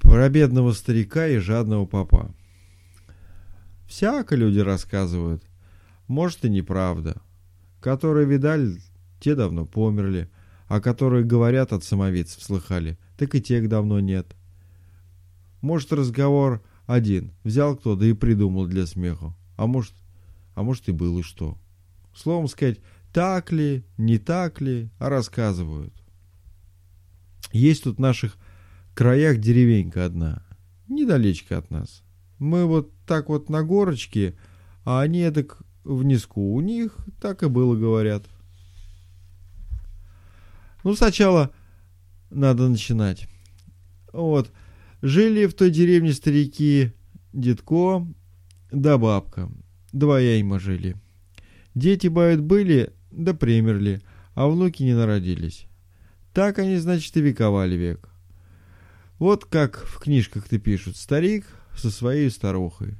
Про бедного старика и жадного попа. Всяко люди рассказывают, может и неправда. Которые видали, те давно померли, а которые говорят от самовидцев слыхали, так и тех давно нет. Может, разговор один, взял кто, да и придумал для смеху, а может и было что. Словом сказать, так ли, не так ли, а рассказывают. Есть тут в наших краях деревенька одна, недалечко от нас. Мы вот так вот на горочке, а они эдак внизку. У них так и было, говорят. Ну, сначала надо начинать. Вот. Жили в той деревне старики дедко да бабка. Двояймо жили. Дети, бают, были, да примерли, а внуки не народились. Так они, значит, и вековали век. Вот как в книжках-то пишут. Старик со своей старухой.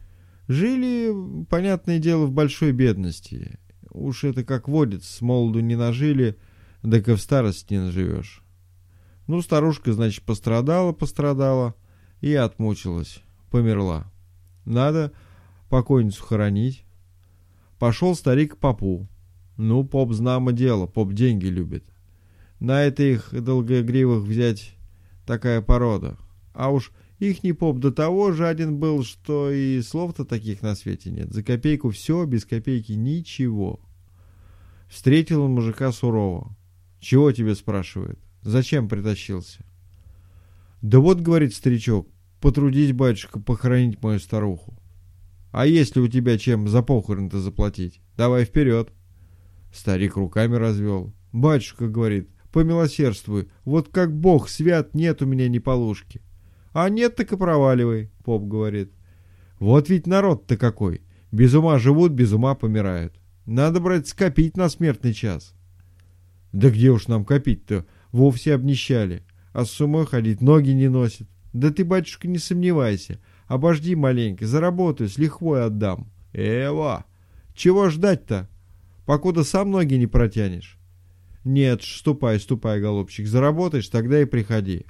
Жили, понятное дело, в большой бедности. Уж это как водится, с молоду не нажили, да и в старости не наживешь. Ну, старушка, значит, пострадала и отмучилась, померла. Надо покойницу хоронить. Пошел старик к попу. Ну, поп знамо дело, поп деньги любит. На это их долгогривых взять такая порода. А уж ихний поп до того жаден был, что и слов-то таких на свете нет. За копейку все, без копейки ничего. Встретил он мужика сурово. «Чего тебе?» — спрашивает. «Зачем притащился?» «Да вот, — говорит старичок, — потрудись, батюшка, похоронить мою старуху. А если у тебя чем за похорон-то заплатить? Давай вперед!» Старик руками развел. «Батюшка, — говорит, — помилосердствуй, вот как Бог свят, нет у меня ни полушки». «А нет, так и проваливай», — поп говорит. «Вот ведь народ-то какой! Без ума живут, без ума помирают. Надо, брать, скопить на смертный час». «Да где уж нам копить-то? Вовсе обнищали. А с умой ходить ноги не носит. Да ты, батюшка, не сомневайся. Обожди маленько, заработаю, с лихвой отдам». «Эва! Чего ждать-то? Покуда сам ноги не протянешь». «Нет, ступай, голубчик, заработаешь, тогда и приходи».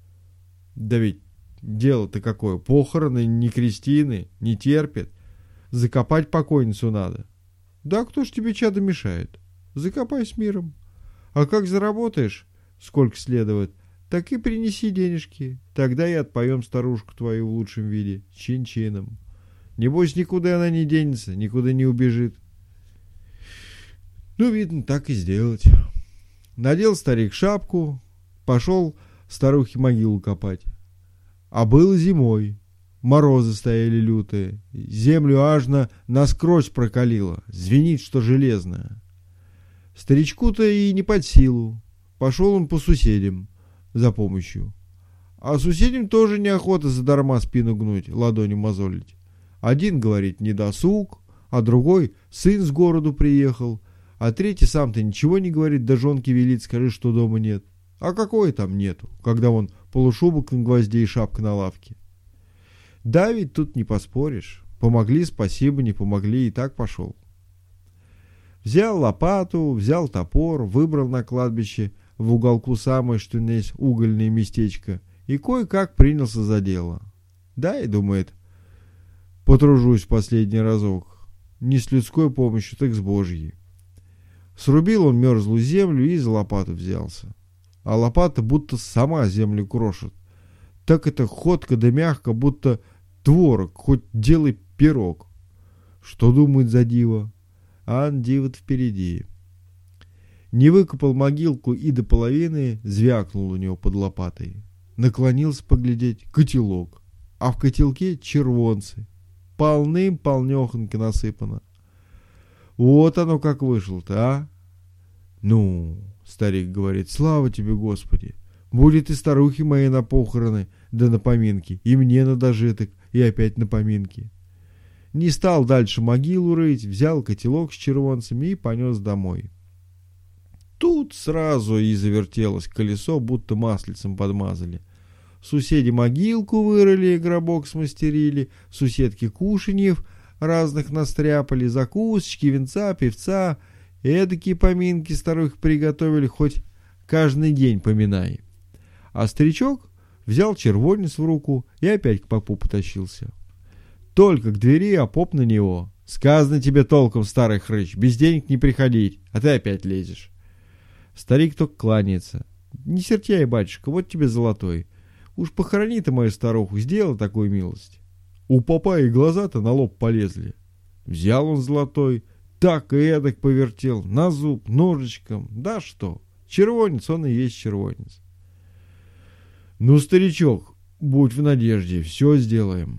«Да ведь дело-то какое, похороны, не крестины, не терпят. Закопать покойницу надо». «Да кто ж тебе, чадо, мешает? Закопай с миром. А как заработаешь, сколько следует, так и принеси денежки. Тогда и отпоем старушку твою в лучшем виде, чин-чином. Небось, никуда она не денется, никуда не убежит». Ну, видно, так и сделать. Надел старик шапку, пошел старухе могилу копать. А было зимой. Морозы стояли лютые. Землю аж насквозь прокалило. Звенит, что железное. Старичку-то и не под силу. Пошел он по соседям за помощью. А соседям тоже неохота задарма спину гнуть, ладонью мозолить. Один говорит недосуг, а другой сын с городу приехал, а третий сам-то ничего не говорит, да жонке велит, скажи, что дома нет. А какой там нету, когда вон полушубок на гвозде и шапка на лавке. Да ведь тут не поспоришь. Помогли, спасибо, не помогли, и так пошел. Взял лопату, взял топор, выбрал на кладбище в уголку самое, что ни есть, угольное местечко, и кое-как принялся за дело. Да, и думает, потружусь последний разок. Не с людской помощью, так с Божьей. Срубил он мерзлую землю и за лопату взялся. А лопата будто сама землю крошит. Так это ходко да мягко, будто творог, хоть делай пирог. Что думает за диво? А диво-то впереди. Не выкопал могилку и до половины, звякнул у него под лопатой. Наклонился поглядеть, котелок. А в котелке червонцы. Полным-полнехонько насыпано. Вот оно как вышло-то, а? Ну, старик говорит, слава тебе, Господи. Будет и старухи мои на похороны, да на поминки, и мне на дожиток, и опять на поминки. Не стал дальше могилу рыть, взял котелок с червонцами и понес домой. Тут сразу и завертелось колесо, будто маслицем подмазали. Соседи могилку вырыли, гробок смастерили, соседки кушаньев разных настряпали, закусочки, венца, певца, эдакие поминки старых приготовили, хоть каждый день поминай. А старичок взял червонец в руку и опять к попу потащился. Только к двери, а поп на него. «Сказано тебе толком, старый хрыч, без денег не приходить, а ты опять лезешь». Старик только кланяется. «Не сердяй, батюшка, вот тебе золотой. Уж похорони ты мою старуху, сделай такую милость». У попа и глаза-то на лоб полезли. Взял он золотой, так и эдак повертел, на зуб, ножичком. Да что, червонец он и есть червонец. «Ну, старичок, будь в надежде, все сделаем».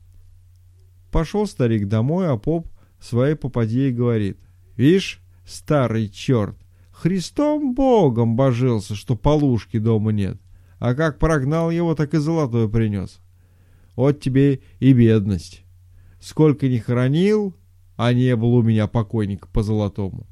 Пошел старик домой, а поп своей попадье говорит: «Вишь, старый черт, Христом Богом божился, что полушки дома нет, а как прогнал его, так и золотой принес. Вот тебе и бедность. Сколько ни хоронил, а не было у меня покойника по золотому».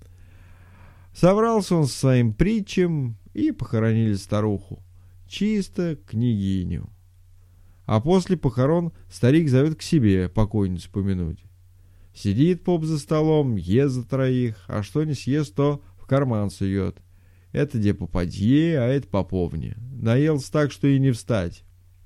Собрался он с своим притчем, и похоронили старуху, чисто княгиню. А после похорон старик зовет к себе покойницу помянуть. Сидит поп за столом, ест за троих, а что не съест, то в карман сует. Это где попадье, а это поповне. Наелся так, что и не встать.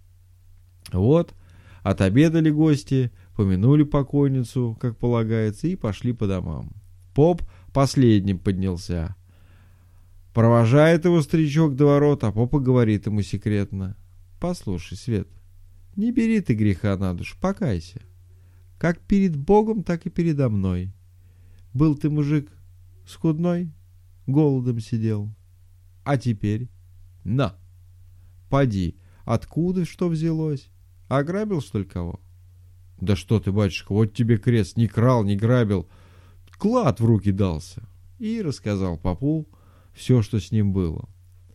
Вот, отобедали гости, помянули покойницу, как полагается, и пошли по домам. Поп последним поднялся. Провожает его старичок до ворот, а попа говорит ему секретно: «Послушай, Свет, не бери ты греха на душу, покайся. Как перед Богом, так и передо мной. Был ты мужик скудной, голодом сидел. А теперь на, поди, откуда что взялось? Ограбил, что ли, кого?» «Да что ты, батюшка, вот тебе крест, не крал, не грабил, клад в руки дался». И рассказал попу все, что с ним было.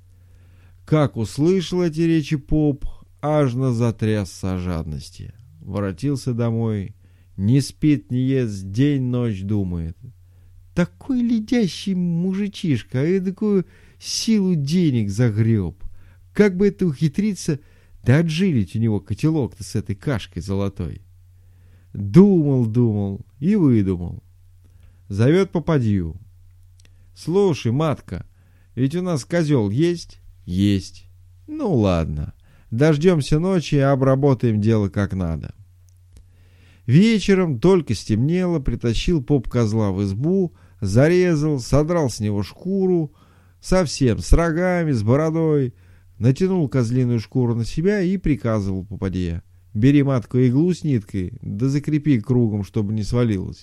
Как услышал эти речи поп, ажно затрясся от жадности. Воротился домой, не спит, не ест, день-ночь думает. Такой ледящий мужичишка, а эдакую силу денег загреб. Как бы это ухитриться, да отжилить у него котелок-то с этой кашкой золотой. Думал и выдумал. Зовет попадью. «Слушай, матка, ведь у нас козел есть?» «Есть». «Ну ладно, дождемся ночи и обработаем дело как надо». Вечером только стемнело, притащил поп козла в избу, зарезал, содрал с него шкуру, совсем с рогами, с бородой, натянул козлиную шкуру на себя и приказывал попадье: «Бери, матка, иглу с ниткой, да закрепи кругом, чтобы не свалилось».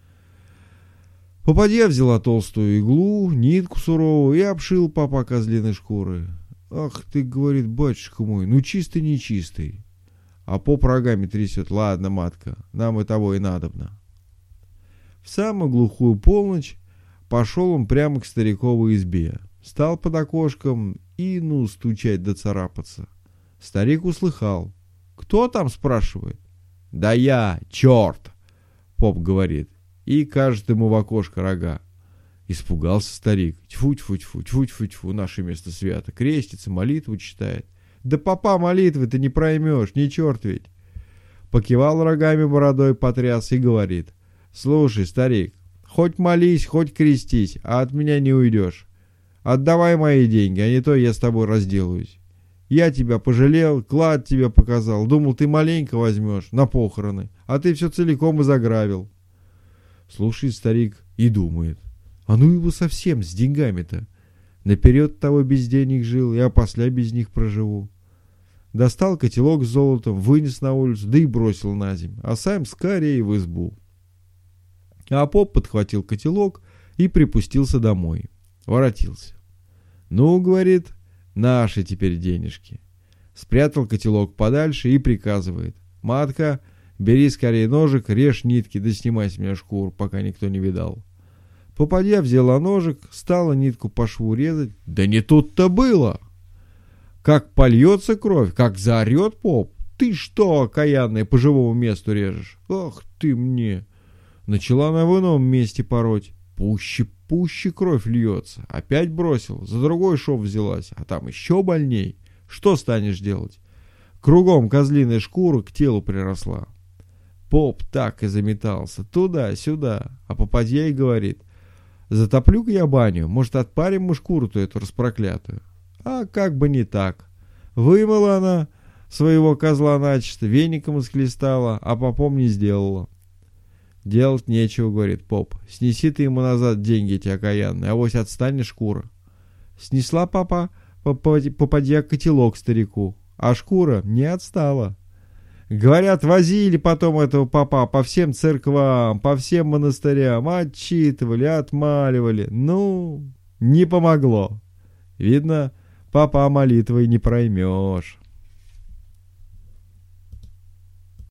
Попадья взяла толстую иглу, нитку суровую и обшил попа козлиной шкуры. «Ах ты, — говорит, — батюшка мой, ну чистый нечистый». А поп рогами трясет: «Ладно, матка, нам и того и надобно». В самую глухую полночь пошел он прямо к стариковой избе, стал под окошком и стучать да царапаться. Старик услыхал. «Кто там?» — спрашивает. «Да я, черт!» — поп говорит, и кажет ему в окошко рога. Испугался старик. Тьфу-тьфу-тьфу, наше место свято. Крестится, молитву читает. «Да попа молитвы ты не проймешь, не черт ведь». Покивал рогами бородой, потряс и говорит: «Слушай, старик, хоть молись, хоть крестись, а от меня не уйдешь. Отдавай мои деньги, а не то я с тобой разделаюсь. Я тебя пожалел, клад тебе показал, думал, ты маленько возьмешь на похороны, а ты все целиком и заграбил». Слушает старик и думает: а ну его совсем с деньгами-то. Наперед того без денег жил, и опосля без них проживу. Достал котелок с золотом, вынес на улицу, да и бросил на землю, а сам скорее в избу. А поп подхватил котелок и припустился домой. Воротился. «Ну, — говорит, — наши теперь денежки». Спрятал котелок подальше и приказывает: «Матка, бери скорее ножик, режь нитки, да снимай с меня шкуру, пока никто не видал». Попадья взяла ножик, стала нитку по шву резать. Да не тут-то было. Как польется кровь, как заорет поп: «Ты что, окаянная, по живому месту режешь? Ах ты мне!» Начала она в ином месте пороть. Пуще кровь льется. Опять бросил, за другой шов взялась, а там еще больней. Что станешь делать? Кругом козлиная шкура к телу приросла. Поп так и заметался туда-сюда, а попадья и говорит: «Затоплю-ка я баню, может, отпарим мы шкуру-то эту распроклятую». А как бы не так. Вымыла она своего козла начисто, веником исклестала, а попом не сделала. Делать нечего, говорит поп. Снеси ты ему назад деньги эти окаянные, авось отстанет шкура. Снесла попадья котелок старику, а шкура не отстала. Говорят, возили потом этого попа по всем церквам, по всем монастырям, отчитывали, отмаливали. Ну, не помогло. Видно, папа молитвой не проймешь.